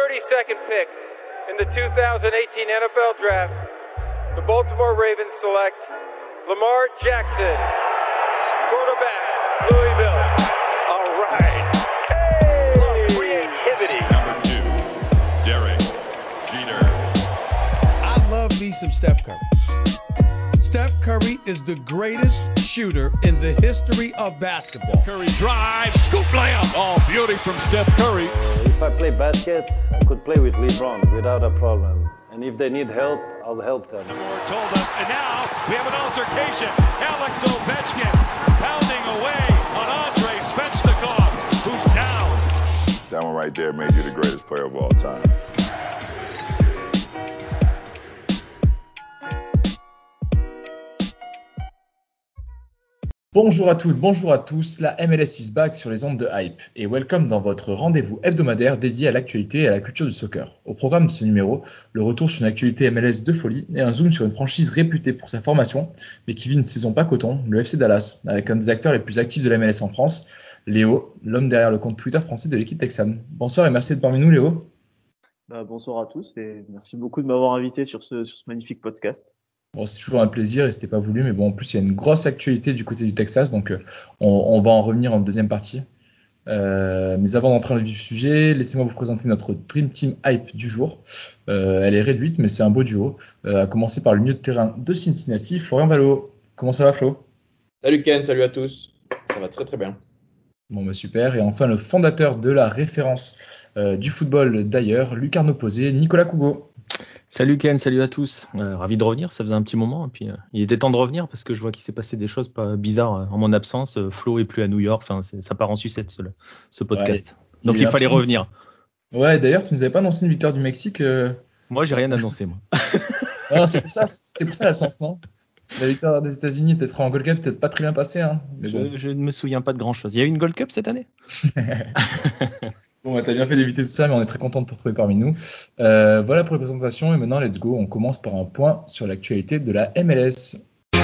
32nd pick in the 2018 NFL Draft, the Baltimore Ravens select Lamar Jackson, quarterback, Louisville. All right. Hey! Creativity. Number 2, Derek Jeter. I love me some Steph Curry. Steph Curry is the greatest shooter in the history of basketball. Curry drives, scoop layup. Oh, beauty from Steph Curry. If I play basket, I could play with LeBron without a problem. And if they need help, I'll help them. Moore told us, and now we have an altercation. Alex Ovechkin pounding away on Andrei Svechnikov, who's down. That one right there made you the greatest player of all time. Bonjour à toutes, bonjour à tous, la MLS is back sur les ondes de Hype et welcome dans votre rendez-vous hebdomadaire dédié à l'actualité et à la culture du soccer. Au programme de ce numéro, le retour sur une actualité MLS de folie et un zoom sur une franchise réputée pour sa formation, mais qui vit une saison pas coton, le FC Dallas, avec un des acteurs les plus actifs de la MLS en France, Léo, l'homme derrière le compte Twitter français de l'équipe texane. Bonsoir et merci d'être parmi nous Léo. Bonsoir à tous et merci beaucoup de m'avoir invité sur ce magnifique podcast. Bon, c'est toujours un plaisir et c'était pas voulu, mais bon, en plus il y a une grosse actualité du côté du Texas, donc on va en revenir en deuxième partie. Mais avant d'entrer dans le vif du sujet, laissez-moi vous présenter notre Dream Team Hype du jour. Elle est réduite, mais c'est un beau duo. À commencer par le milieu de terrain de Cincinnati, Florian Valot. Comment ça va, Flo ? Salut Ken, salut à tous. Ça va très très bien. Bon, bah super. Et enfin, le fondateur de la référence du football d'ailleurs, Lucarno Posé, Nicolas Cougo. Salut Ken, salut à tous. Ravi de revenir, ça faisait un petit moment. Et puis, il était temps de revenir parce que je vois qu'il s'est passé des choses pas bizarres en mon absence. Flo est plus à New York, ça part en sucette ce podcast. Ouais, donc il fallait revenir. Ouais, d'ailleurs, tu nous avais pas annoncé une victoire du Mexique Moi, j'ai rien annoncé, moi. Non, c'était pour ça l'absence, non ? La victoire des États-Unis était en Gold Cup, peut-être pas très bien passée. Hein, mais bon. Je ne me souviens pas de grand-chose. Il y a eu une Gold Cup cette année ? Bon, bah, t'as bien fait d'éviter tout ça, mais on est très content de te retrouver parmi nous. Voilà pour les présentations, et maintenant, let's go. On commence par un point sur l'actualité de la MLS.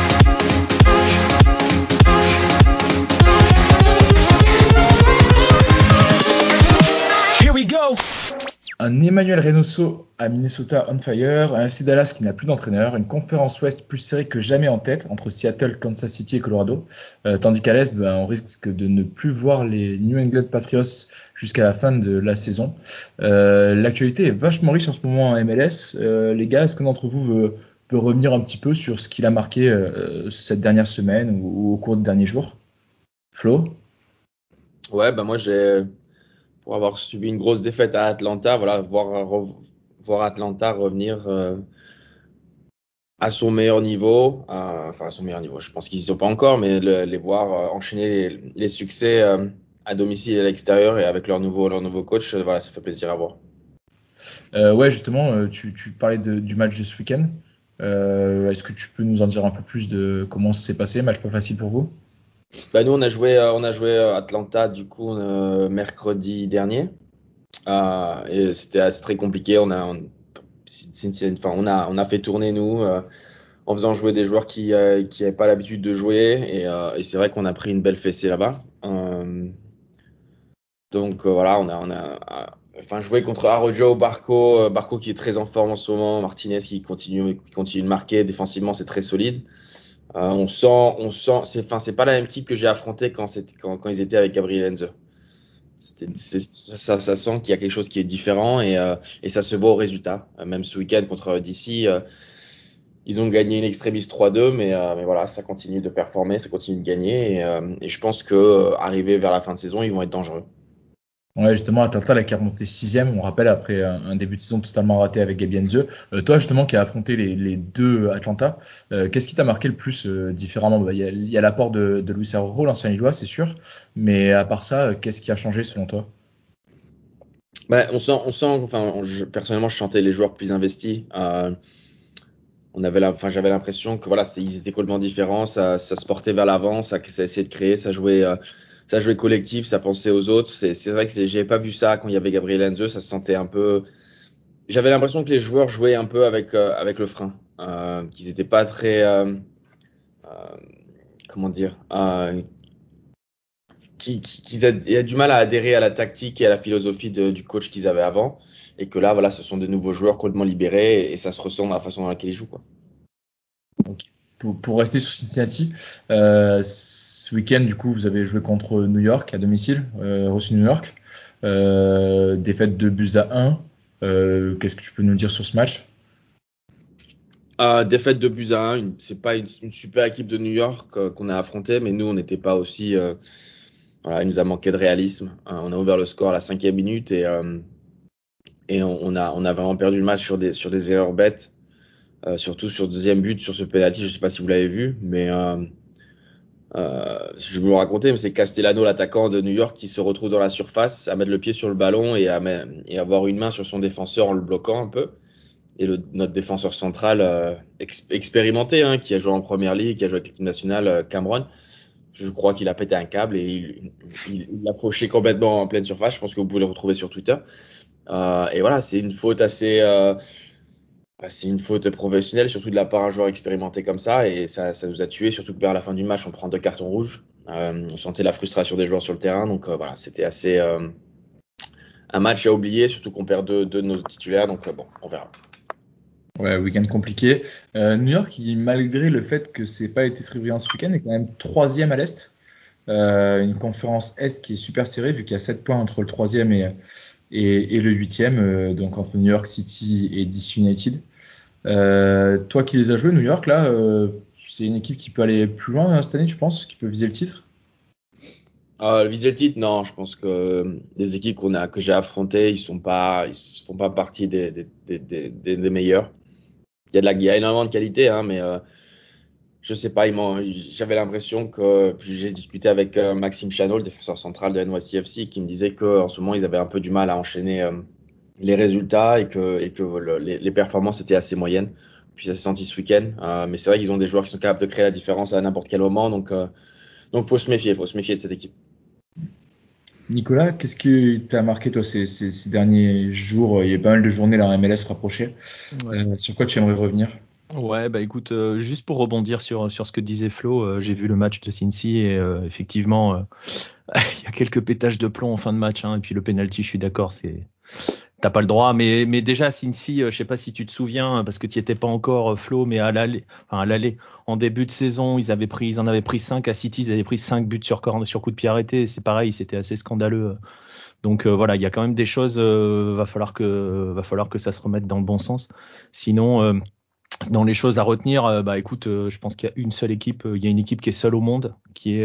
Here we go! Un Emmanuel Reynoso à Minnesota on fire, un FC Dallas qui n'a plus d'entraîneur, une conférence Ouest plus serrée que jamais en tête entre Seattle, Kansas City et Colorado, tandis qu'à l'Est, on risque de ne plus voir les New England Patriots jusqu'à la fin de la saison. L'actualité est vachement riche en ce moment en MLS. Les gars, est-ce qu'un d'entre vous veut revenir un petit peu sur ce qu'il a marqué cette dernière semaine ou au cours des derniers jours ? Flo ? Ouais, moi pour avoir subi une grosse défaite à Atlanta, voilà, voir Atlanta revenir à son meilleur niveau, à son meilleur niveau. Je pense qu'ils n'y sont pas encore, mais les voir enchaîner les succès à domicile et à l'extérieur et avec leur nouveau coach, voilà, ça fait plaisir à voir. Ouais, justement, tu parlais du match de ce week-end. Est-ce que tu peux nous en dire un peu plus de comment ça s'est passé ? Match pas facile pour vous ? Nous, on a joué Atlanta du coup mercredi dernier. Et c'était très compliqué. On a fait tourner nous en faisant jouer des joueurs qui n'avaient pas l'habitude de jouer. Et c'est vrai qu'on a pris une belle fessée là-bas. Donc voilà, on a joué contre Arrojo, Barco qui est très en forme en ce moment, Martinez qui continue de marquer. Défensivement, c'est très solide. On sent, c'est pas la même équipe que j'ai affronté quand ils étaient avec Gabriel Heinze. Ça sent qu'il y a quelque chose qui est différent et ça se voit au résultat. Même ce week-end contre DC, ils ont gagné in extremis 3-2, mais voilà, ça continue de performer, ça continue de gagner et je pense que arrivé vers la fin de saison, ils vont être dangereux. Ouais, justement, Atlanta, là, qui est remonté 6e, on rappelle, après un début de saison totalement raté avec Gabi Heinze. Toi, justement, qui as affronté les deux Atlanta, qu'est-ce qui t'a marqué le plus différemment ? Il y a l'apport de Luis Arrojo, l'ancien Lillois, c'est sûr, mais à part ça, qu'est-ce qui a changé selon toi ? Personnellement, je sentais les joueurs plus investis. J'avais l'impression que voilà, ils étaient complètement différents, ça se portait vers l'avant, ça essayait de créer, ça jouait collectif, ça pensait aux autres. C'est vrai que j'avais pas vu ça quand il y avait Gabriel Heinze, ça se sentait un peu. J'avais l'impression que les joueurs jouaient un peu avec le frein, qu'ils étaient pas très, comment dire, qu'ils aient du mal à adhérer à la tactique et à la philosophie du coach qu'ils avaient avant. Et que là, voilà, ce sont des nouveaux joueurs complètement libérés et ça se ressent dans la façon dans laquelle ils jouent, quoi. Okay. Pour rester sur Cincinnati, ce week-end, du coup, vous avez joué contre New York à domicile, reçu New York. Défaite de buts à 1. Qu'est-ce que tu peux nous dire sur ce match? Défaite de buts à 1. C'est pas une super équipe de New York qu'on a affronté, mais nous, on n'était pas aussi. Voilà, il nous a manqué de réalisme. On a ouvert le score à la 5e minute et on a vraiment perdu le match sur des erreurs bêtes. Surtout sur le deuxième but, sur ce penalty, je ne sais pas si vous l'avez vu, mais je vais vous le raconter, mais c'est Castellano, l'attaquant de New York, qui se retrouve dans la surface, à mettre le pied sur le ballon et avoir une main sur son défenseur en le bloquant un peu. Et notre défenseur central expérimenté, hein, qui a joué en première ligue, qui a joué avec l'équipe nationale, Cameron, je crois qu'il a pété un câble et il l'a fauché complètement en pleine surface. Je pense que vous pouvez le retrouver sur Twitter. Et voilà, c'est une faute c'est une faute professionnelle, surtout de la part d'un joueur expérimenté comme ça, et ça nous a tués, surtout que vers la fin du match, on prend 2 cartons rouges. On sentait la frustration des joueurs sur le terrain, donc voilà, c'était assez un match à oublier, surtout qu'on perd deux de nos titulaires, donc bon, on verra. Ouais, week-end compliqué. New York, malgré le fait que c'est pas été très brillant ce week-end, est quand même 3e à l'Est. Une conférence Est qui est super serrée, vu qu'il y a 7 points entre le 3e et le 8e, donc entre New York City et DC United. Toi qui les as joués, New York, là, c'est une équipe qui peut aller plus loin cette année, tu penses, qui peut viser le titre? Viser le titre, non, je pense que les équipes que j'ai affrontées, ils font pas partie des meilleurs. Il y a énormément de qualité, hein, mais je sais pas, j'avais l'impression que j'ai discuté avec Maxime Chanot, le défenseur central de NYCFC, qui me disait qu'en ce moment, ils avaient un peu du mal à enchaîner les résultats et que les performances étaient assez moyennes. Puis ça s'est senti ce week-end. Mais c'est vrai qu'ils ont des joueurs qui sont capables de créer la différence à n'importe quel moment. Donc faut se méfier de cette équipe. Nicolas, qu'est-ce que t'as marqué toi ces derniers jours? Il y a pas mal de journées là en MLS rapprochées. Ouais. Sur quoi tu aimerais revenir? Ouais, bah écoute, juste pour rebondir sur ce que disait Flo, j'ai vu le match de Cincy et effectivement, il y a quelques pétages de plomb en fin de match, hein, et puis le penalty, je suis d'accord, t'as pas le droit, mais déjà Cincy, je sais pas si tu te souviens, parce que tu étais pas encore, Flo, mais à l'aller, en début de saison, ils en avaient pris 5 à City, ils avaient pris 5 buts sur coup de pied arrêté, c'est pareil, c'était assez scandaleux. Donc voilà, il y a quand même des choses, va falloir que ça se remette dans le bon sens. Sinon, dans les choses à retenir, bah écoute, je pense qu'il y a une seule équipe, il y a une équipe qui est seule au monde, qui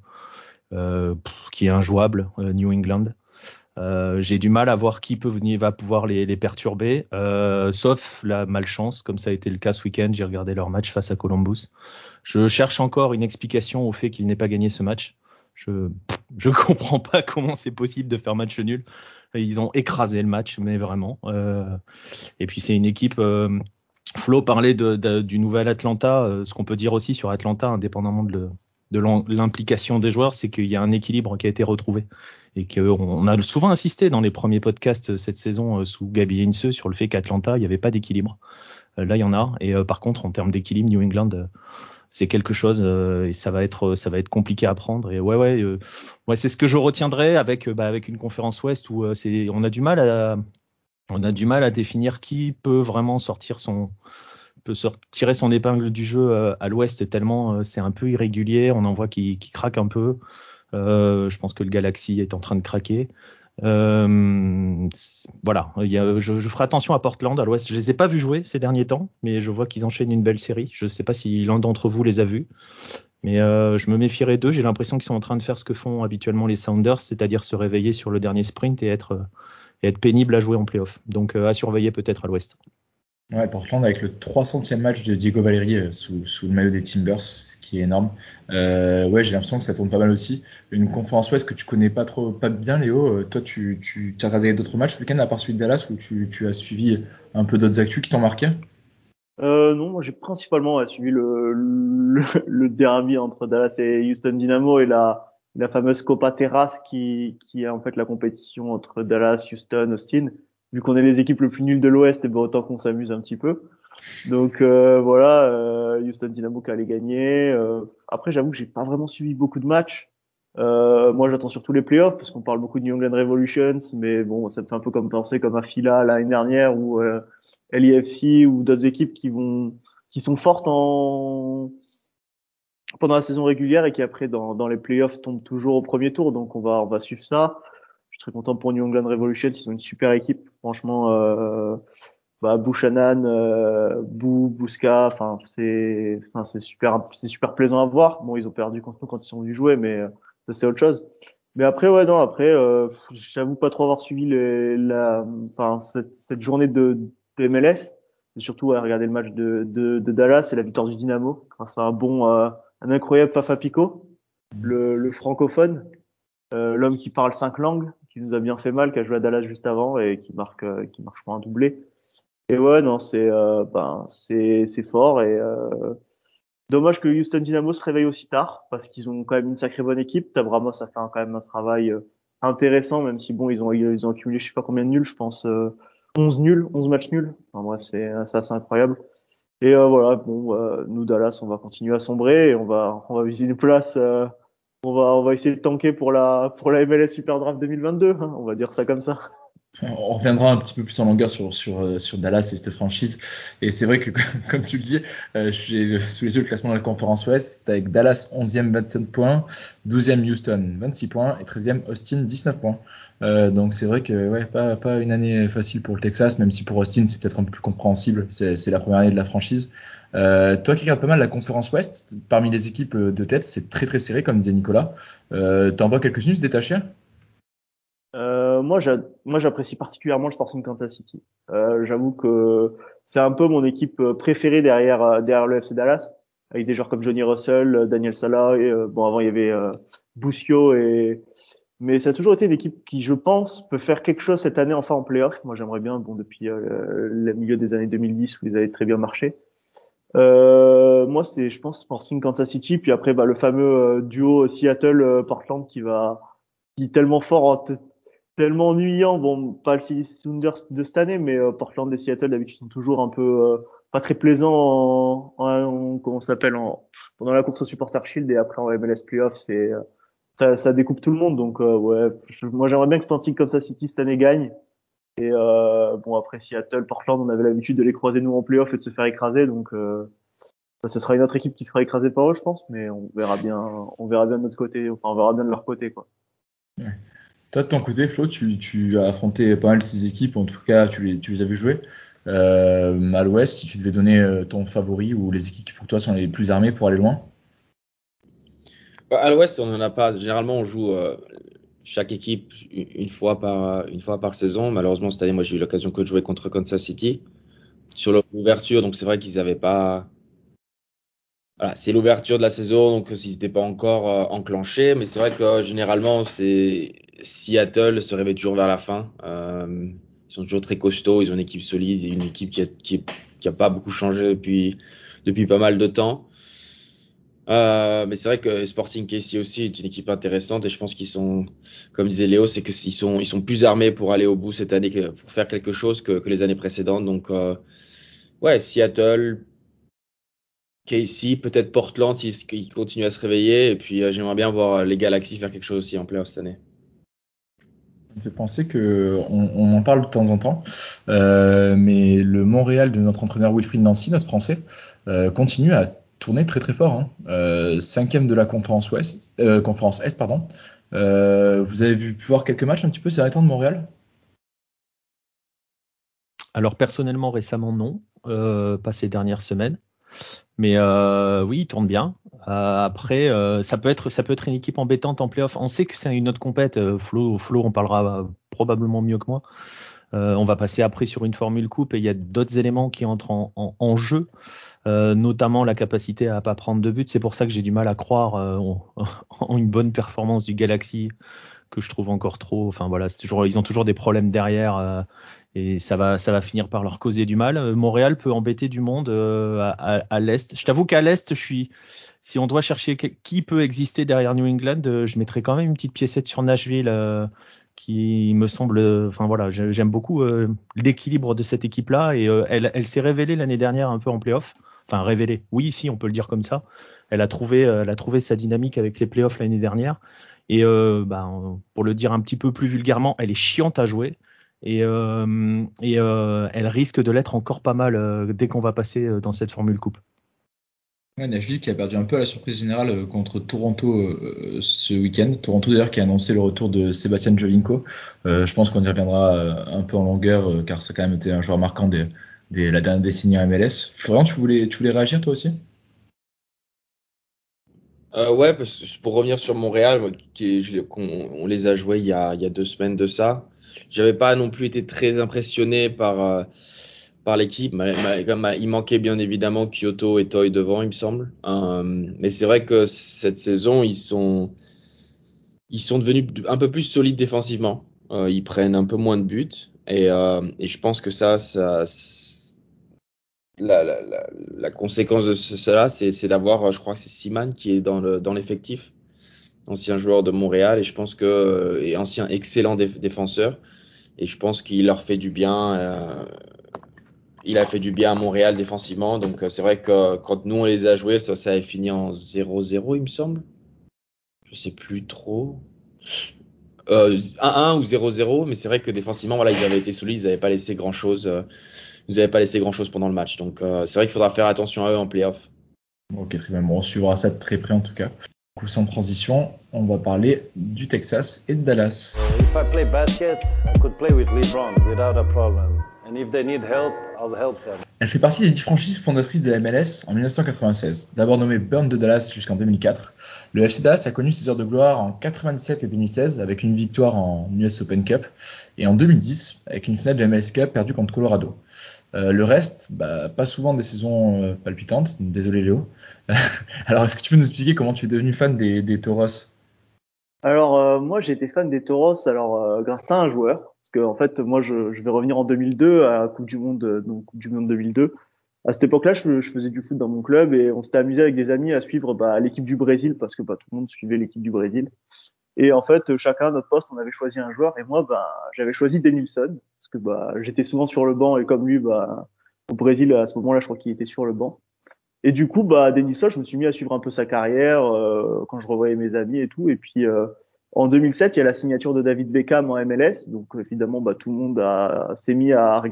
est injouable, New England. J'ai du mal à voir qui va pouvoir les perturber, sauf la malchance, comme ça a été le cas ce week-end. J'ai regardé leur match face à Columbus. Je cherche encore une explication au fait qu'ils n'aient pas gagné ce match. Je comprends pas comment c'est possible de faire match nul. Ils ont écrasé le match, mais vraiment. Et puis c'est une équipe. Flo parlait du nouvel Atlanta. Ce qu'on peut dire aussi sur Atlanta, indépendamment de l'implication des joueurs, c'est qu'il y a un équilibre qui a été retrouvé et qu'on a souvent insisté dans les premiers podcasts cette saison sous Gabi Heinze sur le fait qu'Atlanta, il n'y avait pas d'équilibre. Là, il y en a. Et par contre, en termes d'équilibre, New England, c'est quelque chose et ça va être compliqué à prendre. Et ouais, c'est ce que je retiendrai avec une conférence Ouest où on a du mal à définir qui peut vraiment tirer son épingle du jeu à l'Ouest tellement c'est un peu irrégulier. On en voit qui craque un peu. Je pense que le Galaxy est en train de craquer. Voilà, je ferai attention à Portland, à l'Ouest. Je les ai pas vus jouer ces derniers temps, mais je vois qu'ils enchaînent une belle série. Je sais pas si l'un d'entre vous les a vus, mais je me méfierai d'eux. J'ai l'impression qu'ils sont en train de faire ce que font habituellement les Sounders, c'est-à-dire se réveiller sur le dernier sprint et être pénible à jouer en playoff. Donc à surveiller peut-être à l'Ouest. Ouais, Portland avec le 300e match de Diego Valeri sous le maillot des Timbers, ce qui est énorme. Ouais, j'ai l'impression que ça tourne pas mal aussi. Une conférence Ouest que tu connais pas bien, Léo. Toi, tu as regardé d'autres matchs ce week-end à part celui de Dallas, où tu as suivi un peu d'autres actus qui t'ont marqué? Non, moi j'ai principalement suivi le derby entre Dallas et Houston Dynamo et la fameuse Copa Terras qui est en fait la compétition entre Dallas, Houston, Austin. Vu qu'on est les équipes les plus nulles de l'Ouest, et ben autant qu'on s'amuse un petit peu. Donc voilà, Houston Dynamo qui allait gagner. Après, j'avoue que j'ai pas vraiment suivi beaucoup de matchs. Moi, j'attends surtout les playoffs parce qu'on parle beaucoup de New England Revolutions, mais bon, ça me fait un peu comme penser comme à Fila l'année dernière ou LAFC ou d'autres équipes qui sont fortes pendant la saison régulière et qui après dans les playoffs tombent toujours au premier tour. Donc on va suivre ça. Je suis très content pour New England Revolutions, ils ont une super équipe. Franchement, Buchanan, Bouska, c'est super plaisant à voir. Bon, ils ont perdu contre nous quand ils sont venus jouer, mais ça c'est autre chose. Mais après, ouais, non, après, j'avoue pas trop avoir suivi cette journée de MLS. Et surtout, ouais, regarder le match de Dallas et la victoire du Dynamo grâce à un incroyable Fafa Picault, le francophone, l'homme qui parle 5 langues, qui nous a bien fait mal, qui a joué à Dallas juste avant et qui marche pour un doublé. Et ouais, non, c'est fort et dommage que Houston Dynamo se réveille aussi tard parce qu'ils ont quand même une sacrée bonne équipe. Tabramos a fait quand même un travail intéressant, même si bon, ils ont accumulé je sais pas combien de nuls, je pense 11 nuls, 11 matchs nuls. Enfin bref, c'est assez incroyable. Et voilà, bon, nous Dallas, on va continuer à sombrer et on va viser une place. On va essayer de tanker pour la MLS Super Draft 2022. Hein, on va dire ça comme ça. On reviendra un petit peu plus en longueur sur Dallas et cette franchise. Et c'est vrai que, comme tu le dis, j'ai sous les yeux le classement de la conférence Ouest avec Dallas 11e 27 points, 12e Houston 26 points et 13e Austin 19 points. Donc c'est vrai que ouais, pas une année facile pour le Texas, même si pour Austin c'est peut-être un peu plus compréhensible. C'est la première année de la franchise. Toi qui regardes pas mal la conférence Ouest, parmi les équipes de tête, c'est très très serré comme disait Nicolas. T'en vois quelques-unes se détacher? Moi, j'apprécie particulièrement le Sporting Kansas City. J'avoue que c'est un peu mon équipe préférée derrière le FC Dallas, avec des joueurs comme Johnny Russell, Daniel Salah, et bon avant il y avait Busio mais ça a toujours été une équipe qui, je pense, peut faire quelque chose cette année enfin en playoff. Moi, j'aimerais bien, bon depuis le milieu des années 2010 où ils avaient très bien marché. Moi, je pense, Sporting Kansas City, puis après le fameux duo Seattle Portland qui est tellement fort tellement ennuyant. Bon, pas le Sounders de cette année, mais Portland et Seattle d'habitude sont toujours un peu pas très plaisants comment ça s'appelle pendant la course au Supporter Shield et après en MLS Playoff, ça découpe tout le monde. Donc ouais, moi j'aimerais bien que Sporting Kansas City cette année gagne. Et bon après Seattle, Portland, on avait l'habitude de les croiser nous en playoff et de se faire écraser, donc ce sera une autre équipe qui sera écrasée par eux, je pense, mais on verra bien de notre côté, enfin on verra bien de leur côté quoi. Ouais. Toi, de ton côté, Flo, tu as affronté pas mal ces équipes, en tout cas, tu les as vues jouer. À l'Ouest, si tu devais donner ton favori ou les équipes qui pour toi sont les plus armées pour aller loin? À l'Ouest, on n'en a pas. Généralement, on joue chaque équipe une fois par saison. Malheureusement, cette année, moi, j'ai eu l'occasion que de jouer contre Kansas City sur l'ouverture. Donc, c'est vrai qu'ils n'avaient pas. Voilà, c'est l'ouverture de la saison, donc ils n'étaient pas encore enclenchés. Mais c'est vrai que généralement, c'est Seattle se réveille toujours vers la fin. Ils sont toujours très costauds. Ils ont une équipe solide, et une équipe qui a pas beaucoup changé depuis pas mal de temps. Mais c'est vrai que Sporting KC aussi est une équipe intéressante et je pense qu'ils sont, comme disait Léo, c'est que ils sont plus armés pour aller au bout cette année, pour faire quelque chose que les années précédentes. Donc, ouais, Seattle, KC, peut-être Portland s'ils continuent à se réveiller. Et puis, j'aimerais bien voir les Galaxy faire quelque chose aussi en playoff cette année. Ça me fait penser que on en parle de temps en temps, mais le Montréal de notre entraîneur Wilfried Nancy, notre Français, continue à tourner très très fort. Hein. 5e de la conférence Ouest, conférence Est, pardon. Vous avez pu voir quelques matchs un petit peu ces derniers temps de Montréal? Alors personnellement récemment non, pas ces dernières semaines. Mais oui, il tourne bien. Après, ça peut être une équipe embêtante en playoff. On sait que c'est une autre compète. Flo, on parlera probablement mieux que moi. On va passer après sur une formule coupe et il y a d'autres éléments qui entrent en jeu, notamment la capacité à pas prendre de but. C'est pour ça que j'ai du mal à croire en une bonne performance du Galaxy, que je trouve encore trop. Enfin voilà, ils ont toujours des problèmes derrière. Et ça va finir par leur causer du mal. Montréal peut embêter du monde à l'Est. Je t'avoue qu'à l'Est, si on doit chercher qui peut exister derrière New England, je mettrais quand même une petite piécette sur Nashville, qui me semble. Enfin voilà, j'aime beaucoup l'équilibre de cette équipe-là et elle s'est révélée l'année dernière un peu en playoff. Enfin révélée, oui, si on peut le dire comme ça. Elle a trouvé sa dynamique avec les playoffs l'année dernière. Et pour le dire un petit peu plus vulgairement, elle est chiante à jouer. Et elle risque de l'être encore pas mal dès qu'on va passer dans cette Formule Coupe. Ouais, Nashville qui a perdu un peu à la surprise générale contre Toronto ce week-end. Toronto d'ailleurs qui a annoncé le retour de Sébastien Giovinco. Je pense qu'on y reviendra un peu en longueur car ça a quand même été un joueur marquant la dernière décennie à MLS. Florian, tu voulais réagir toi aussi? Ouais, parce que pour revenir sur Montréal, moi, on les a joués il y a 2 semaines de ça. J'avais pas non plus été très impressionné par l'équipe. Il manquait bien évidemment Kyoto et Toy devant, il me semble. Mais c'est vrai que cette saison, ils sont devenus un peu plus solides défensivement. Ils prennent un peu moins de buts. Et je pense que la conséquence de cela, c'est d'avoir, je crois que c'est Seaman qui est dans l'effectif, ancien joueur de Montréal, et je pense et ancien excellent défenseur. Et je pense qu'il leur fait du bien. Il a fait du bien à Montréal défensivement. Donc c'est vrai que quand nous on les a joués, ça avait fini en 0-0, il me semble. Je sais plus trop. 1-1 ou 0-0, mais c'est vrai que défensivement, voilà, ils avaient été solides, ils n'avaient pas laissé grand-chose. Ils n'avaient pas laissé grand-chose pendant le match. Donc c'est vrai qu'il faudra faire attention à eux en playoff. Ok, très bien. Bon, on suivra ça de très près en tout cas. Du coup, sans transition, on va parler du Texas et de Dallas. If I play basket, I could play with LeBron without a problem. And if they need help, I'll help them. Elle fait partie des 10 franchises fondatrices de la MLS en 1996. D'abord nommée Burn de Dallas jusqu'en 2004, le FC Dallas a connu ses heures de gloire en 97 et 2016 avec une victoire en US Open Cup et en 2010 avec une finale de MLS Cup perdue contre Colorado. Le reste, pas souvent des saisons palpitantes. Désolé Léo. Alors, est-ce que tu peux nous expliquer comment tu es devenu fan des Toros? Alors moi j'ai été fan des Toros grâce à un joueur parce que en fait moi je vais revenir en 2002 à la Coupe du Monde donc Coupe du Monde 2002. À cette époque-là je faisais du foot dans mon club et on s'était amusé avec des amis à suivre l'équipe du Brésil parce que tout le monde suivait l'équipe du Brésil. Et en fait chacun à notre poste on avait choisi un joueur et moi j'avais choisi Denilson parce que j'étais souvent sur le banc et comme lui au Brésil à ce moment-là je crois qu'il était sur le banc. Et du coup, Denilson, je me suis mis à suivre un peu sa carrière quand je revoyais mes amis et tout. Et puis en 2007, il y a la signature de David Beckham en MLS. Donc évidemment, tout le monde s'est mis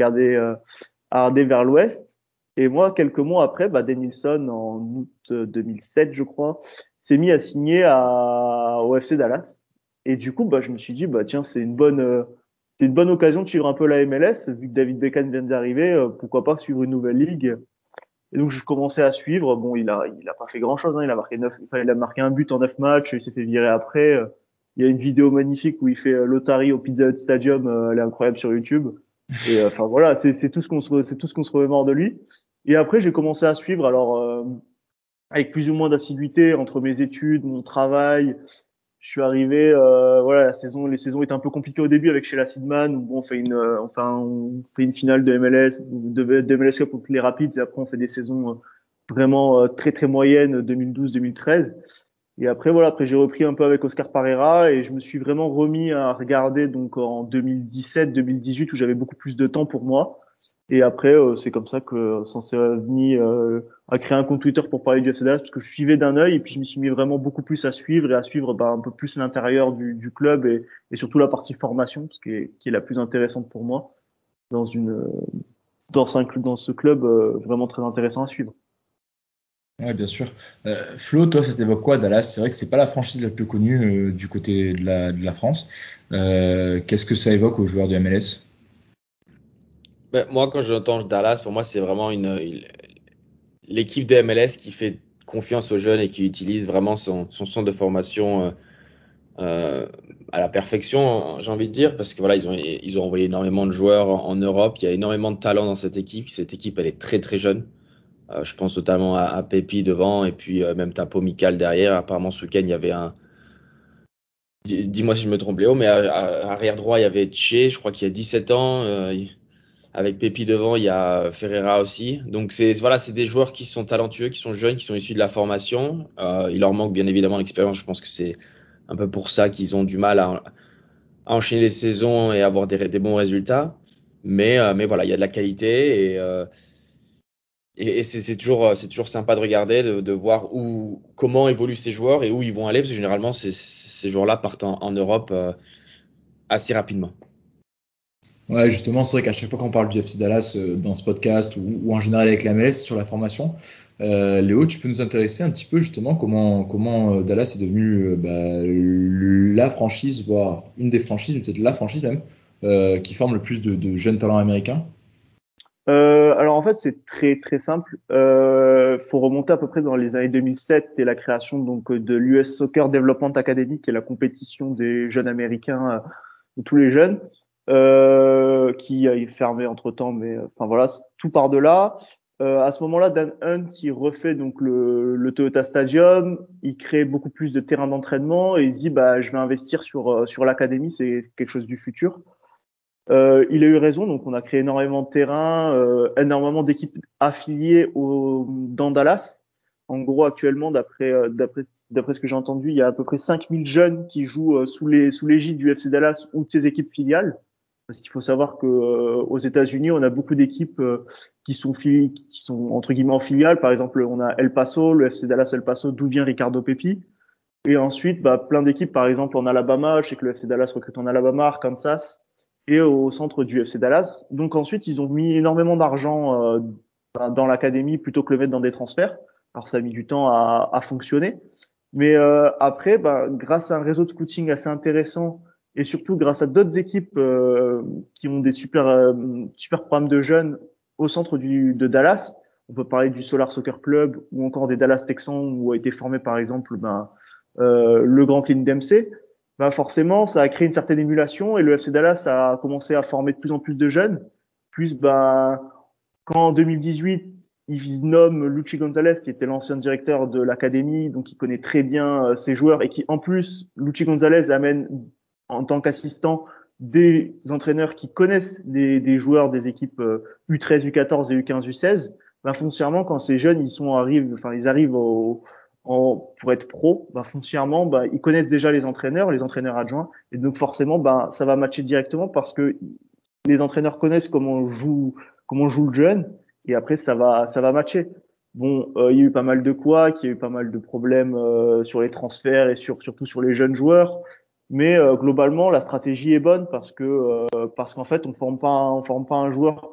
à regarder vers l'Ouest. Et moi, quelques mois après, Denilson en août 2007, je crois, s'est mis à signer au FC Dallas. Et du coup, je me suis dit, tiens, c'est une bonne occasion de suivre un peu la MLS, vu que David Beckham vient d'arriver. Pourquoi pas suivre une nouvelle ligue? Et donc je commençais à suivre. Bon, il a pas fait grand-chose. Hein. Il a marqué un but en 9 matchs. Il s'est fait virer après. Il y a une vidéo magnifique où il fait l'Otari au Pizza Hut Stadium. Elle est incroyable sur YouTube. Et enfin voilà, c'est tout ce c'est tout ce qu'on se remémore de lui. Et après j'ai commencé à suivre. Alors avec plus ou moins d'assiduité entre mes études, mon travail. Je suis arrivé, les saisons étaient un peu compliquées au début avec Sheila Sidman. Où, bon, on fait une finale de MLS, de MLS Cup contre les Rapids, et après on fait des saisons vraiment très très moyennes, 2012-2013. Et après après j'ai repris un peu avec Oscar Pereira et je me suis vraiment remis à regarder donc en 2017-2018 où j'avais beaucoup plus de temps pour moi. Et après c'est comme ça que s'en s'est venu à créer un compte Twitter pour parler du FC Dallas parce que je suivais d'un œil et puis je m'y suis mis vraiment beaucoup plus à suivre et à suivre un peu plus l'intérieur du club et surtout la partie formation parce qui est la plus intéressante pour moi dans dans ce club vraiment très intéressant à suivre. Ouais, bien sûr. Flo, toi, ça t'évoque quoi, Dallas? C'est vrai que c'est pas la franchise la plus connue du côté de la France. Qu'est-ce que ça évoque aux joueurs de MLS? Moi, quand j'entends Dallas, pour moi, c'est vraiment l'équipe de MLS qui fait confiance aux jeunes et qui utilise vraiment son centre de formation à la perfection, j'ai envie de dire, parce que voilà, ils ont envoyé énormément de joueurs en Europe. Il y a énormément de talent dans cette équipe. Cette équipe, elle est très très jeune. Je pense notamment à Pepi devant et puis même Tapo Mikal derrière. Apparemment, ce week-end, il y avait Dis-moi si je me trompe, Léo, mais arrière droit, il y avait Tché, je crois qu'il y a 17 ans. Avec Pepi devant, il y a Ferreira aussi. Donc c'est des joueurs qui sont talentueux, qui sont jeunes, qui sont issus de la formation. Il leur manque bien évidemment l'expérience. Je pense que c'est un peu pour ça qu'ils ont du mal à enchaîner les saisons et avoir des bons résultats. Mais voilà, il y a de la qualité Et c'est toujours sympa de regarder, de voir comment évoluent ces joueurs et où ils vont aller, parce que généralement, ces joueurs-là partent en Europe assez rapidement. Ouais, justement, c'est vrai qu'à chaque fois qu'on parle du FC Dallas dans ce podcast ou en général avec la MLS sur la formation, Léo, tu peux nous intéresser un petit peu justement comment Dallas est devenu la franchise, voire une des franchises, peut-être la franchise même, qui forme le plus de jeunes talents américains. Alors en fait c'est très très simple. Faut remonter à peu près dans les années 2007 et la création donc de l'US Soccer Development Academy, qui est la compétition des jeunes américains, de tous les jeunes, qui est fermée entre temps, mais enfin voilà, tout part de là. À ce moment-là, Dan Hunt il refait donc le Toyota Stadium, il crée beaucoup plus de terrains d'entraînement et il se dit bah je vais investir sur l'académie, c'est quelque chose du futur. Il a eu raison, donc on a créé énormément de terrains, énormément d'équipes affiliées dans Dallas. En gros, actuellement, d'après ce que j'ai entendu, il y a à peu près 5000 jeunes qui jouent sous l'égide du FC Dallas ou de ses équipes filiales. Parce qu'il faut savoir que aux États-Unis, on a beaucoup d'équipes qui sont entre guillemets en filiale. Par exemple, on a El Paso, le FC Dallas El Paso, d'où vient Ricardo Pepi. Et ensuite, plein d'équipes, par exemple en Alabama, je sais que le FC Dallas recrute en Alabama, Arkansas, et au centre du FC Dallas. Donc ensuite, ils ont mis énormément d'argent dans l'académie plutôt que le mettre dans des transferts. Alors ça a mis du temps à fonctionner. Mais après, grâce à un réseau de scouting assez intéressant et surtout grâce à d'autres équipes qui ont des super programmes de jeunes au centre de Dallas, on peut parler du Solar Soccer Club ou encore des Dallas Texans où a été formé par exemple le grand Clint Dempsey. Forcément, ça a créé une certaine émulation et le FC Dallas a commencé à former de plus en plus de jeunes. Plus, quand en 2018, ils nomment Luchi Gonzalez, qui était l'ancien directeur de l'académie, donc il connaît très bien ses joueurs et qui, en plus, Luchi Gonzalez amène en tant qu'assistant des entraîneurs qui connaissent des joueurs des équipes U13, U14 et U15, U16. Foncièrement, quand ces jeunes ils arrivent pour être pro, foncièrement, ils connaissent déjà les entraîneurs adjoints, et donc forcément, ça va matcher directement parce que les entraîneurs connaissent comment joue le jeune, et après ça va matcher. Bon, il y a eu pas mal de couacs, il y a eu pas mal de problèmes sur les transferts et surtout sur les jeunes joueurs, mais globalement la stratégie est bonne parce qu'en fait on forme pas un joueur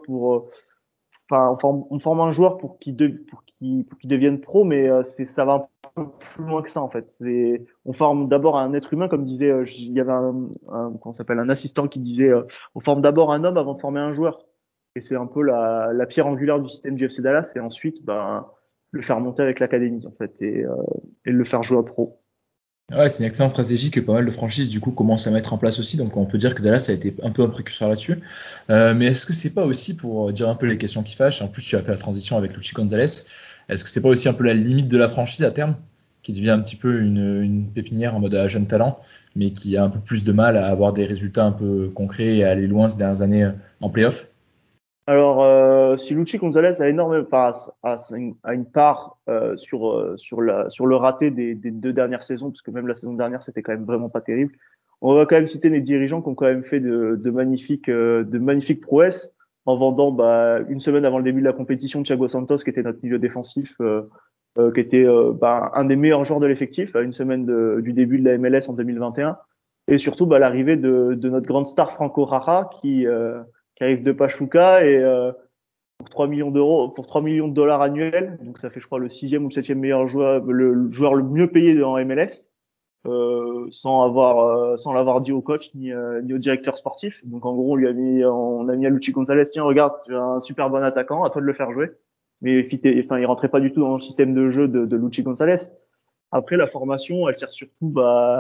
on forme un joueur pour qu'il devienne pro, mais ça va un peu plus loin que ça en fait. On forme d'abord un être humain, comme disait, il y avait un assistant qui disait, on forme d'abord un homme avant de former un joueur. Et c'est un peu la pierre angulaire du système du FC Dallas, et ensuite, le faire monter avec l'académie en fait, et le faire jouer à pro. Ouais, c'est une excellente stratégie que pas mal de franchises du coup commencent à mettre en place aussi, donc on peut dire que Dallas a été un peu un précurseur là-dessus. Mais est-ce que c'est pas aussi, pour dire un peu les questions qui fâchent, en plus tu as fait la transition avec Luchi Gonzalez, est-ce que c'est pas aussi un peu la limite de la franchise à terme, qui devient un petit peu une pépinière en mode à jeune talent, mais qui a un peu plus de mal à avoir des résultats un peu concrets et à aller loin ces dernières années en play-off? Alors, si Luchi Gonzalez a énormément, a une part sur le raté des 2 dernières saisons, parce que même la saison dernière c'était quand même vraiment pas terrible. On va quand même citer les dirigeants qui ont quand même fait de magnifiques prouesses en vendant une semaine avant le début de la compétition Thiago Santos, qui était notre milieu défensif, qui était un des meilleurs joueurs de l'effectif à une semaine du début de la MLS en 2021, et surtout l'arrivée de notre grande star Franco Rara qui arrive de Pachuca et pour 3 millions d'euros, pour 3 millions de dollars annuels. Donc ça fait, je crois, le 6e ou le 7e meilleur joueur, le joueur le mieux payé en MLS, sans l'avoir dit au coach ni au directeur sportif. Donc en gros, on a mis à Luchi Gonzalez, tiens, regarde, tu as un super bon attaquant, à toi de le faire jouer. Mais il rentrait pas du tout dans le système de jeu de Luchi Gonzalez. Après, la formation, elle sert surtout,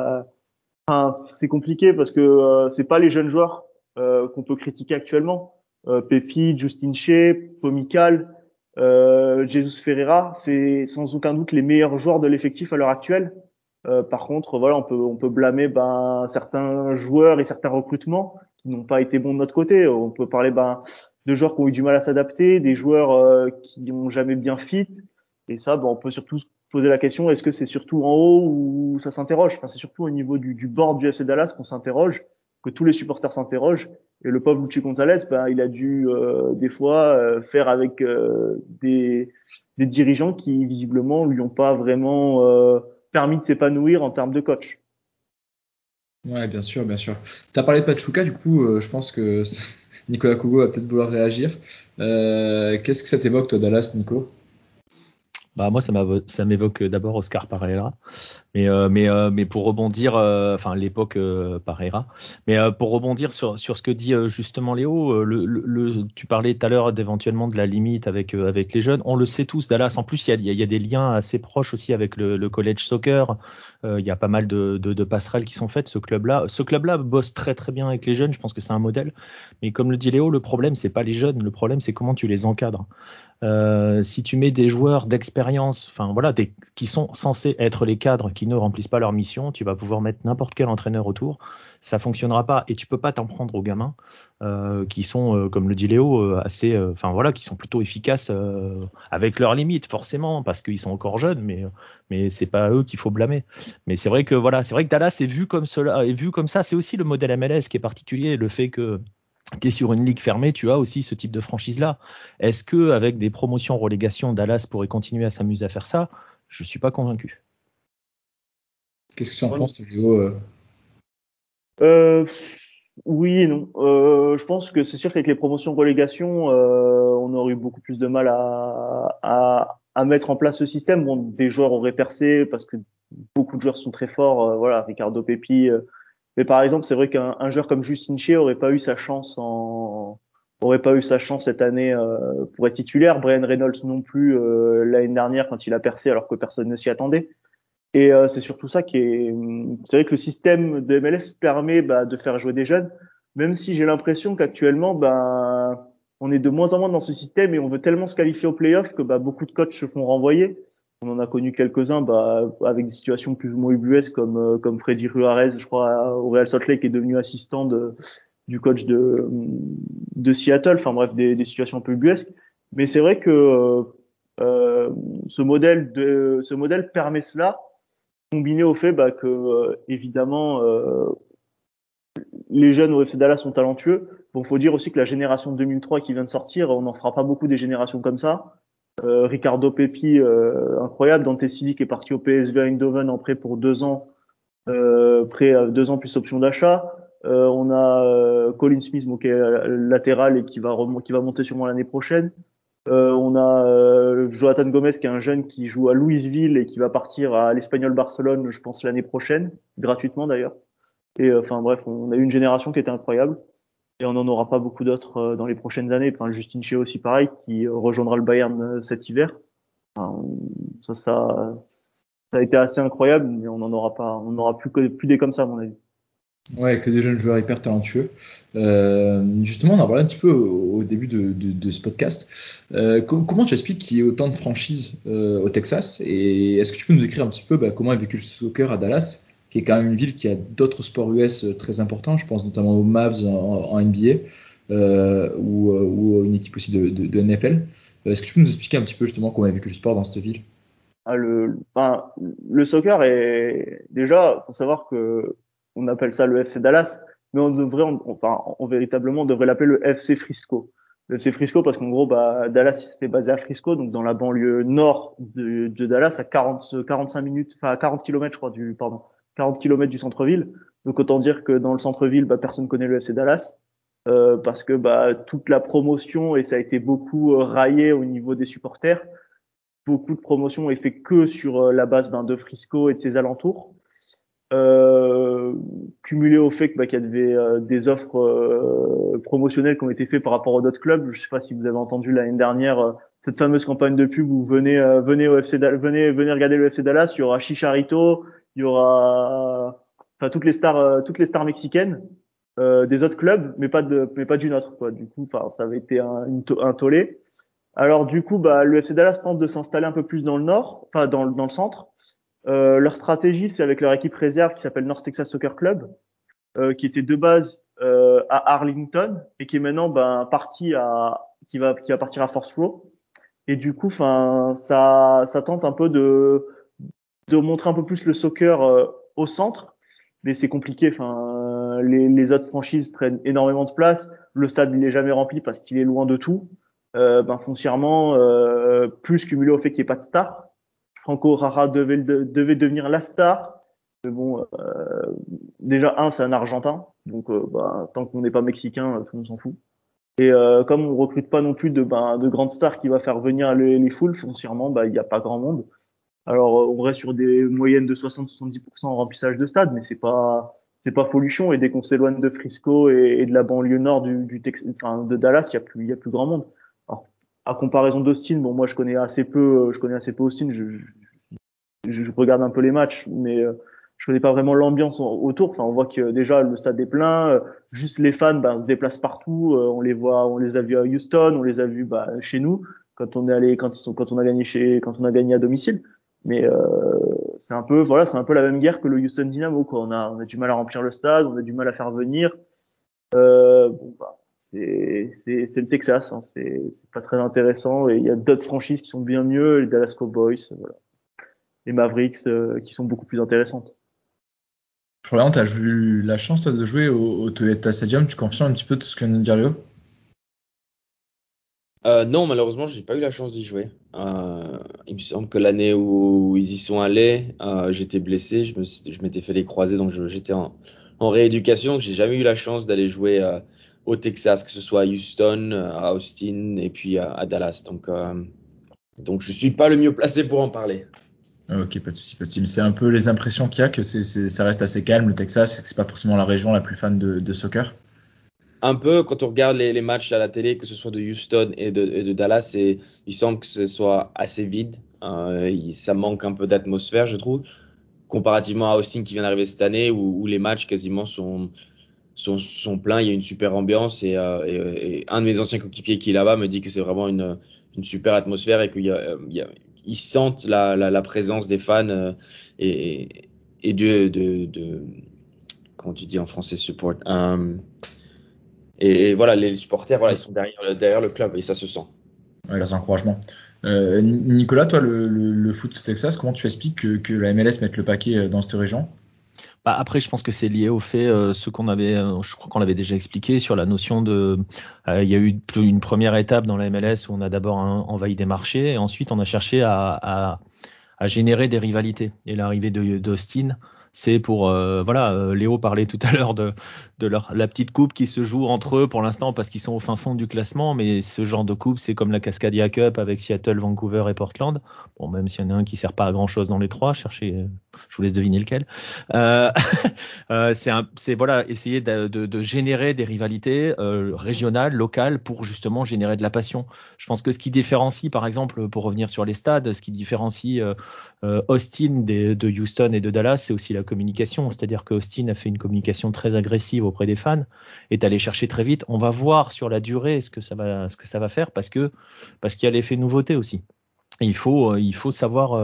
c'est compliqué parce que c'est pas les jeunes joueurs qu'on peut critiquer actuellement. Pepi, Justin Shea, Pomical, Jesus Ferreira, c'est sans aucun doute les meilleurs joueurs de l'effectif à l'heure actuelle. Par contre, voilà, on peut blâmer certains joueurs et certains recrutements qui n'ont pas été bons de notre côté. On peut parler de joueurs qui ont eu du mal à s'adapter, des joueurs qui n'ont jamais bien fit. Et ça, on peut surtout poser la question, est-ce que c'est surtout en haut ou ça s'interroge? C'est surtout au niveau du board du FC Dallas qu'on s'interroge, que tous les supporters s'interrogent. Et le pauvre Luchi Gonzalez, il a dû des fois faire avec des dirigeants qui visiblement lui ont pas vraiment permis de s'épanouir en termes de coach. Ouais, bien sûr, bien sûr. Tu as parlé de Pachuca, du coup, je pense que Nicolas Kogo va peut-être vouloir réagir. Qu'est-ce que ça t'évoque, toi, Dallas, Nico? Bah moi ça m'évoque d'abord Oscar Pereira, mais pour rebondir, enfin l'époque Pereira, mais pour rebondir sur ce que dit justement Léo, tu parlais tout à l'heure d'éventuellement de la limite avec les jeunes, on le sait tous, Dallas. En plus il y a des liens assez proches aussi avec le college soccer. Il y a pas mal de passerelles qui sont faites. Ce club-là bosse très très bien avec les jeunes. Je pense que c'est un modèle, mais comme le dit Léo, le problème c'est pas les jeunes, le problème c'est comment tu les encadres. Si tu mets des joueurs d'expérience, enfin voilà, qui sont censés être les cadres qui ne remplissent pas leur mission, tu vas pouvoir mettre n'importe quel entraîneur autour, ça fonctionnera pas et tu peux pas t'en prendre aux gamins qui sont, comme le dit Léo, assez, enfin voilà, qui sont plutôt efficaces avec leurs limites forcément parce qu'ils sont encore jeunes, mais c'est pas eux qu'il faut blâmer. Mais c'est vrai que voilà, c'est vrai que Dallas est vu comme cela, est vu comme ça. C'est aussi le modèle MLS qui est particulier, le fait que tu es sur une ligue fermée, tu as aussi ce type de franchise-là. Est-ce que avec des promotions relégation, Dallas pourrait continuer à s'amuser à faire ça? Je suis pas convaincu. Qu'est-ce que tu en penses, Léo? Oui et non. Je pense que c'est sûr qu'avec les promotions relégation, on aurait eu beaucoup plus de mal à mettre en place ce système. Bon, des joueurs auraient percé parce que beaucoup de joueurs sont très forts. Voilà, Ricardo Pepi. Mais par exemple, c'est vrai qu'un joueur comme Justin Shea aurait pas eu sa chance cette année pour être titulaire. Brian Reynolds non plus l'année dernière quand il a percé alors que personne ne s'y attendait. Et c'est surtout ça qui est. C'est vrai que le système de MLS permet de faire jouer des jeunes, même si j'ai l'impression qu'actuellement, on est de moins en moins dans ce système et on veut tellement se qualifier au playoff que beaucoup de coachs se font renvoyer. On en a connu quelques-uns avec des situations plus ou moins ubuesques comme Freddy Ruarez, je crois, au Real Salt Lake, qui est devenu assistant du coach de Seattle. Enfin bref, des situations un peu ubuesques. Mais c'est vrai que ce modèle permet cela combiné au fait que évidemment les jeunes au FC Dallas sont talentueux. Bon, faut dire aussi que la génération 2003 qui vient de sortir, on n'en fera pas beaucoup des générations comme ça. Ricardo Pepi, incroyable. Dante Sili qui est parti au PSV Eindhoven en prêt pour 2 ans, prêt 2 ans plus option d'achat. On a Colin Smith qui est latéral et qui va monter sûrement l'année prochaine. On a Jonathan Gomez qui est un jeune qui joue à Louisville et qui va partir à l'Espagnol Barcelone, je pense l'année prochaine, gratuitement d'ailleurs. Et enfin bref, on a eu une génération qui était incroyable et on n'en aura pas beaucoup d'autres dans les prochaines années. Enfin, Justin Shea aussi pareil, qui rejoindra le Bayern cet hiver. Enfin, ça a été assez incroyable, mais on n'aura plus des comme ça à mon avis. Ouais, que des jeunes joueurs hyper talentueux. Justement, on en parlait un petit peu au début de ce podcast. Comment tu expliques qu'il y ait autant de franchises au Texas? Et est-ce que tu peux nous décrire un petit peu comment est vécu le soccer à Dallas, qui est quand même une ville qui a d'autres sports US très importants. Je pense notamment aux Mavs en NBA ou une équipe aussi de NFL. Est-ce que tu peux nous expliquer un petit peu justement comment est vécu le sport dans cette ville? Le soccer est déjà, faut savoir que on appelle ça le FC Dallas, mais on véritablement on devrait l'appeler le FC Frisco. Le FC Frisco parce qu'en gros, Dallas c'était basé à Frisco, donc dans la banlieue nord de Dallas, à 45 minutes, enfin à 40 km, je crois, 40 km du centre-ville. Donc autant dire que dans le centre-ville, personne connaît le FC Dallas. Parce que toute la promotion et ça a été beaucoup raillé au niveau des supporters. Beaucoup de promotions est fait que sur la base de Frisco et de ses alentours. Cumulé au fait qu'il y avait des offres promotionnelles qui ont été faites par rapport aux d'autres clubs. Je sais pas si vous avez entendu l'année dernière cette fameuse campagne de pub où venez au FC venez regarder le FC Dallas, il y aura Chicharito, il y aura toutes les stars mexicaines des autres clubs, mais pas du nôtre quoi. Du coup, ça avait été un tollé. Alors du coup, le FC Dallas tente de s'installer un peu plus dans le nord, enfin dans le centre. Leur stratégie, c'est avec leur équipe réserve qui s'appelle North Texas Soccer Club, qui était de base à Arlington et qui est maintenant qui va partir à Fort Worth. Et du coup, ça tente un peu de montrer un peu plus le soccer au centre, mais c'est compliqué. les autres franchises prennent énormément de place. Le stade il est jamais rempli parce qu'il est loin de tout. Foncièrement, plus cumulé au fait qu'il n'y ait pas de star. Franco Rara devait devenir la star. Mais bon, déjà c'est un Argentin, donc tant qu'on n'est pas mexicain, tout le monde s'en fout. Et comme on recrute pas non plus de grandes stars qui va faire venir les foules, foncièrement, il n'y a pas grand monde. Alors on reste sur des moyennes de 60-70% en remplissage de stade, mais c'est pas folichon. Et dès qu'on s'éloigne de Frisco et de la banlieue nord de Dallas, il y a plus grand monde. Alors, à comparaison d'Austin, bon moi je connais assez peu Austin. Je regarde un peu les matchs, mais je connais pas vraiment l'ambiance autour. Enfin, on voit que déjà le stade est plein. Juste les fans, se déplacent partout. On les a vus à Houston, on les a vus chez nous quand on est allé, quand on a gagné à domicile. Mais c'est un peu la même guerre que le Houston Dynamo, quoi. On a du mal à remplir le stade, on a du mal à faire venir. C'est le Texas, hein. C'est pas très intéressant. Et il y a d'autres franchises qui sont bien mieux, les Dallas Cowboys, voilà. Les Mavericks qui sont beaucoup plus intéressantes. Florian, tu as eu la chance toi, de jouer au Toyota Stadium. Tu confirmes un petit peu tout ce que vient de dire Léo? Non, malheureusement, j'ai pas eu la chance d'y jouer. Il me semble que l'année où ils y sont allés, j'étais blessé, je m'étais fait les croisés, donc j'étais en rééducation. J'ai jamais eu la chance d'aller jouer au Texas, que ce soit à Houston, à Austin et puis à Dallas. Donc je suis pas le mieux placé pour en parler. Ok, pas de souci, pas de souci. Mais c'est un peu les impressions qu'il y a que ça reste assez calme le Texas, que c'est pas forcément la région la plus fan de soccer. Un peu, quand on regarde les matchs à la télé, que ce soit de Houston et de Dallas, il semble que ce soit assez vide. Ça manque un peu d'atmosphère, je trouve, comparativement à Austin qui vient d'arriver cette année, où les matchs quasiment sont pleins. Il y a une super ambiance et un de mes anciens coéquipiers qui est là-bas me dit que c'est vraiment une super atmosphère et ils sentent la présence des fans et de comment tu dis en français support. Et voilà, les supporters, voilà, ils sont derrière le club et ça se sent. Ouais, les encouragements. Nicolas, toi, le foot au Texas, comment tu expliques que la MLS mette le paquet dans cette région? Après, je pense que c'est lié au fait, ce qu'on avait, je crois qu'on l'avait déjà expliqué sur la notion de, il y a eu une première étape dans la MLS où on a d'abord envahi des marchés et ensuite on a cherché à générer des rivalités. Et l'arrivée d'Austin, c'est pour Léo parlait tout à l'heure de la petite coupe qui se joue entre eux pour l'instant parce qu'ils sont au fin fond du classement, mais ce genre de coupe, c'est comme la Cascadia Cup avec Seattle, Vancouver et Portland. Bon, même s'il y en a un qui sert pas à grand chose dans les trois, cherchez, je vous laisse deviner lequel. C'est voilà, essayer de générer des rivalités régionales, locales, pour justement générer de la passion. Je pense que ce qui différencie, par exemple, pour revenir sur les stades, ce qui différencie Austin de Houston et de Dallas, c'est aussi la communication. C'est-à-dire que Austin a fait une communication très agressive auprès des fans, est allé chercher très vite. On va voir sur la durée ce que ça va faire parce qu'il y a l'effet nouveauté aussi. Et il faut savoir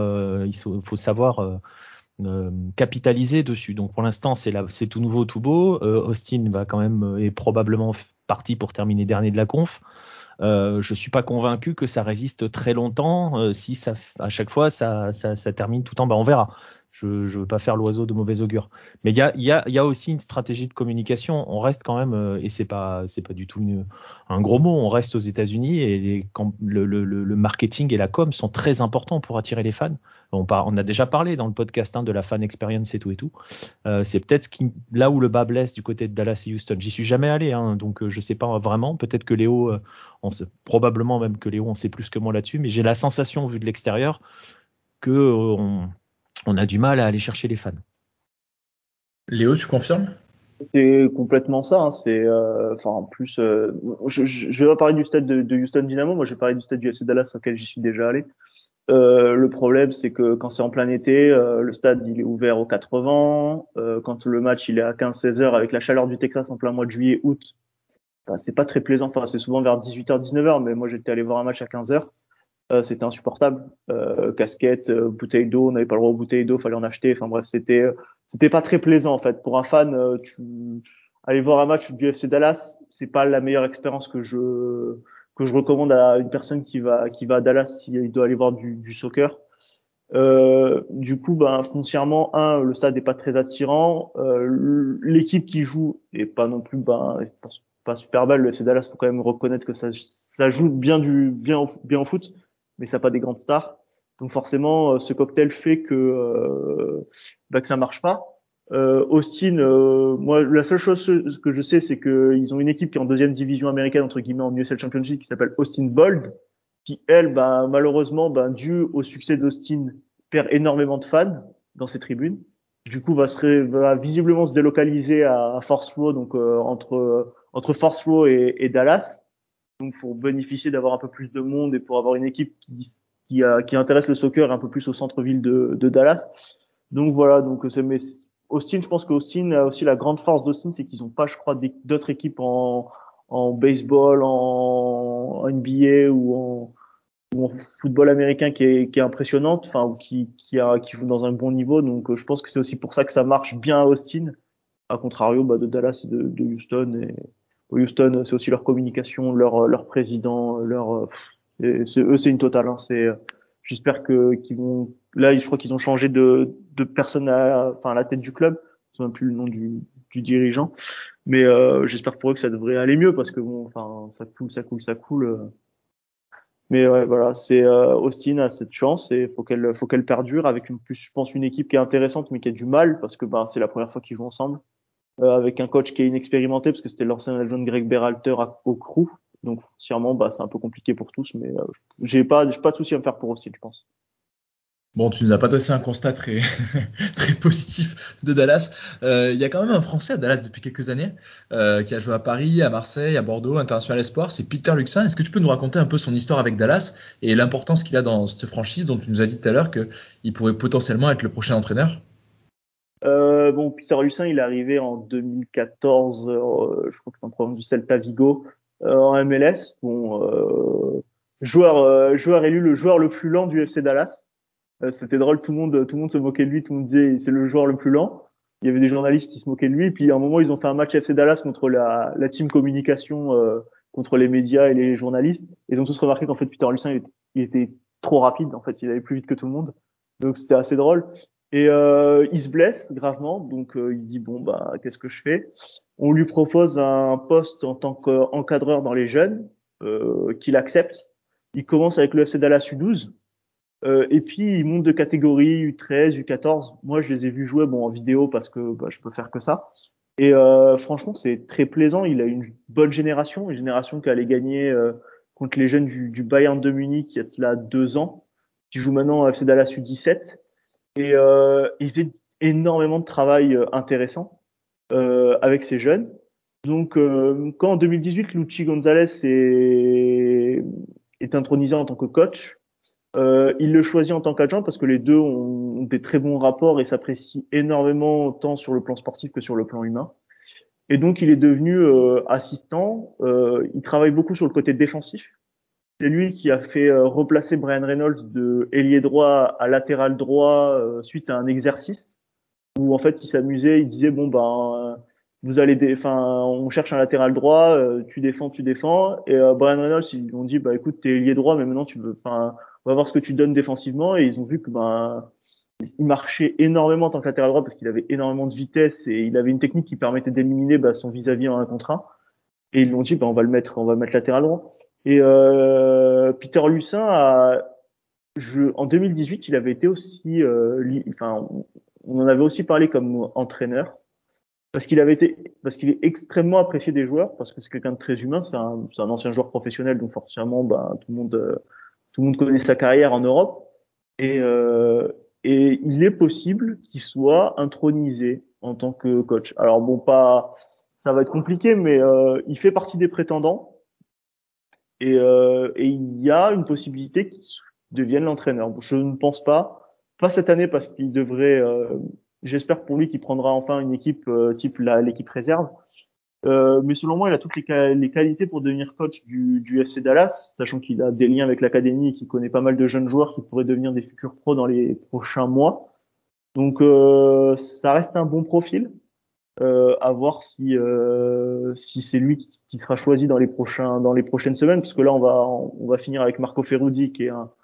capitaliser dessus. Donc pour l'instant, c'est tout nouveau, tout beau. Austin va quand même est probablement parti pour terminer dernier de la conf. Je suis pas convaincu que ça résiste très longtemps. Si ça, à chaque fois, ça termine tout en bas. On verra. Je veux pas faire l'oiseau de mauvais augure. Mais il y a aussi une stratégie de communication. On reste quand même, et c'est pas du tout un gros mot. On reste aux États-Unis et le marketing et la com sont très importants pour attirer les fans. On a déjà parlé dans le podcast de la fan experience et tout. C'est peut-être là où le bas blesse du côté de Dallas et Houston. J'y suis jamais allé, hein, donc je sais pas vraiment. Peut-être que Léo, probablement même que Léo en sait plus que moi là-dessus, mais j'ai la sensation, vu de l'extérieur, que on a du mal à aller chercher les fans. Léo, tu confirmes? C'est complètement ça. Hein. En plus, je vais pas parler du stade de Houston Dynamo. Moi, je vais parler du stade du FC Dallas auquel j'y suis déjà allé. Le problème, c'est que quand c'est en plein été, le stade il est ouvert aux 80. Quand le match il est à 15-16 heures avec la chaleur du Texas en plein mois de juillet, août, c'est pas très plaisant. Enfin, c'est souvent vers 18h, 19h, mais moi j'étais allé voir un match à 15h. C'était insupportable. Casquette, bouteille d'eau, on n'avait pas le droit aux bouteilles d'eau, fallait en acheter. Enfin bref, c'était pas très plaisant en fait. Pour un fan, aller voir un match du FC Dallas, c'est pas la meilleure expérience que je recommande à une personne qui va à Dallas s'il doit aller voir du soccer. Du coup, foncièrement, le stade n'est pas très attirant. L'équipe qui joue est pas non plus, pas super belle. Le FC Dallas, faut quand même reconnaître que ça joue bien au foot, mais ça n'a pas des grandes stars. Donc forcément, ce cocktail fait que ça marche pas. Austin, moi, la seule chose que je sais, c'est qu'ils ont une équipe qui est en deuxième division américaine, entre guillemets, en USL Championship, qui s'appelle Austin Bold, qui, elle, malheureusement, dû au succès d'Austin, perd énormément de fans dans ses tribunes. Du coup, va visiblement se délocaliser à Forest Row, donc entre Forest Row et Dallas, donc pour bénéficier d'avoir un peu plus de monde et pour avoir une équipe qui intéresse le soccer un peu plus au centre-ville de Dallas. Donc voilà, mais Austin, je pense qu'Austin a aussi la grande force d'Austin, c'est qu'ils n'ont pas, je crois, d'autres équipes en baseball, en NBA ou en football américain qui est impressionnante, enfin, ou qui joue dans un bon niveau. Donc je pense que c'est aussi pour ça que ça marche bien à Austin, à contrario de Dallas et de Houston. Et Houston, c'est aussi leur communication, leur président, eux, c'est une totale. Hein. J'espère qu'ils vont. Là, je crois qu'ils ont changé de personne à la tête du club. Je ne sais même plus le nom du dirigeant. Mais j'espère pour eux que ça devrait aller mieux parce que ça coule. Mais ouais, voilà, Austin a cette chance et faut qu'elle perdure avec je pense une équipe qui est intéressante mais qui a du mal parce que c'est la première fois qu'ils jouent ensemble. Avec un coach qui est inexpérimenté parce que c'était l'ancien adjoint de Greg Berhalter au Crew. Donc, sûrement, c'est un peu compliqué pour tous, mais j'ai pas de souci à me faire pour Austin, je pense. Bon, tu nous as pas dressé un constat très, très positif de Dallas. Il y a quand même un Français à Dallas depuis quelques années qui a joué à Paris, à Marseille, à Bordeaux, International Espoir. C'est Peter Luxin. Est-ce que tu peux nous raconter un peu son histoire avec Dallas et l'importance qu'il a dans cette franchise dont tu nous as dit tout à l'heure qu'il pourrait potentiellement être le prochain entraîneur? Peter Luxin, il est arrivé en 2014, je crois que c'est en province du Celta Vigo, en MLS. Joueur élu le joueur le plus lent du FC Dallas. C'était drôle, tout le monde se moquait de lui, tout le monde disait c'est le joueur le plus lent. Il y avait des journalistes qui se moquaient de lui, et puis à un moment ils ont fait un match FC Dallas contre la team communication, contre les médias et les journalistes. Ils ont tous remarqué qu'en fait Peter Luxin il était trop rapide, en fait il allait plus vite que tout le monde, donc c'était assez drôle. Et il se blesse gravement, donc il se dit qu'est-ce que je fais? On lui propose un poste en tant qu'encadreur dans les jeunes, qu'il accepte. Il commence avec le FC Dallas U12. Et puis ils montent de catégorie U13, U14. Moi, je les ai vus jouer en vidéo parce que je peux faire que ça. Et franchement, c'est très plaisant. Il a une bonne génération, une génération qui allait gagner contre les jeunes du Bayern de Munich il y a cela 2 ans, qui joue maintenant à FC Dallas U17. Et il fait énormément de travail intéressant avec ces jeunes. Donc, quand en 2018, Luchi Gonzalez est intronisé en tant que coach, il le choisit en tant qu'adjoint parce que les deux ont des très bons rapports et s'apprécient énormément tant sur le plan sportif que sur le plan humain. Et donc il est devenu assistant. Il travaille beaucoup sur le côté défensif. C'est lui qui a fait replacer Brian Reynolds de ailier droit à latéral droit suite à un exercice où en fait il s'amusait. Il disait vous allez, on cherche un latéral droit, tu défends. Et Brian Reynolds, ils ont dit, écoute, t'es ailier droit, mais maintenant on va voir ce que tu donnes défensivement. Et ils ont vu que il marchait énormément en tant que latéral droit parce qu'il avait énormément de vitesse et il avait une technique qui permettait d'éliminer son vis-à-vis en 1 contre 1. Et ils l'ont dit, on va le mettre latéral droit. Et Peter Luxin en 2018, il avait été aussi, on en avait aussi parlé comme entraîneur. Parce qu'il est extrêmement apprécié des joueurs, parce que c'est quelqu'un de très humain, c'est un ancien joueur professionnel, donc forcément, tout le monde connaît sa carrière en Europe. Et il est possible qu'il soit intronisé en tant que coach. Alors ça va être compliqué, mais il fait partie des prétendants. Et il y a une possibilité qu'il devienne l'entraîneur. Je ne pense pas cette année parce qu'il devrait. J'espère pour lui qu'il prendra enfin une équipe type l'équipe réserve. Mais selon moi, il a toutes les qualités pour devenir coach du FC Dallas, sachant qu'il a des liens avec l'académie et qu'il connaît pas mal de jeunes joueurs qui pourraient devenir des futurs pros dans les prochains mois. Donc ça reste un bon profil. À voir si c'est lui qui sera choisi dans les prochaines semaines, parce que là on va finir avec Marco Ferrudi qui est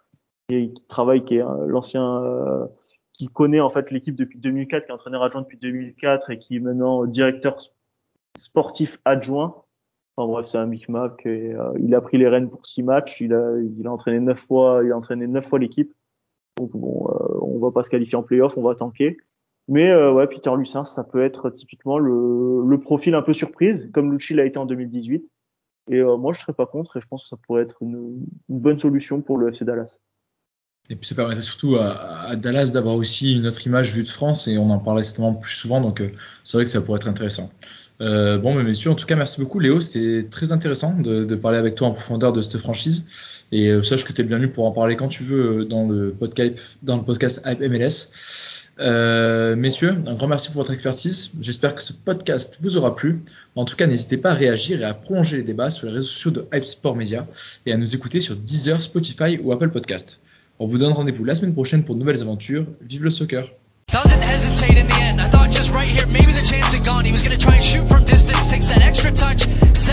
qui travaille, qui est l'ancien, qui connaît en fait l'équipe depuis 2004, qui est entraîneur adjoint depuis 2004 et qui est maintenant directeur sportif adjoint. Enfin bref, c'est un micmac. Et, il a pris les rênes pour 6 matchs. Il a entraîné 9 fois. Il a entraîné 9 fois l'équipe. Donc bon, on va pas se qualifier en play-off, on va tanker. Mais ouais, Peter Lussens, ça peut être typiquement le profil un peu surprise, comme Lucci l'a été en 2018. Et moi, je serais pas contre, et je pense que ça pourrait être une bonne solution pour le FC Dallas. Et puis ça permettrait surtout à Dallas d'avoir aussi une autre image vue de France, et on en parle extrêmement plus souvent, donc c'est vrai que ça pourrait être intéressant. Bon, mais messieurs, en tout cas, merci beaucoup, Léo. C'était très intéressant de parler avec toi en profondeur de cette franchise. Et sache que tu es bienvenu pour en parler quand tu veux dans le podcast Hype MLS. Messieurs, un grand merci pour votre expertise. J'espère que ce podcast vous aura plu. En tout cas, n'hésitez pas à réagir et à prolonger les débats sur les réseaux sociaux de Hype Sport Media et à nous écouter sur Deezer, Spotify ou Apple Podcast. On vous donne rendez-vous la semaine prochaine pour de nouvelles aventures. Vive le soccer! Doesn't hesitate in the end. I thought just right here, maybe the chance had gone. He was going to try and shoot from distance, takes that extra touch.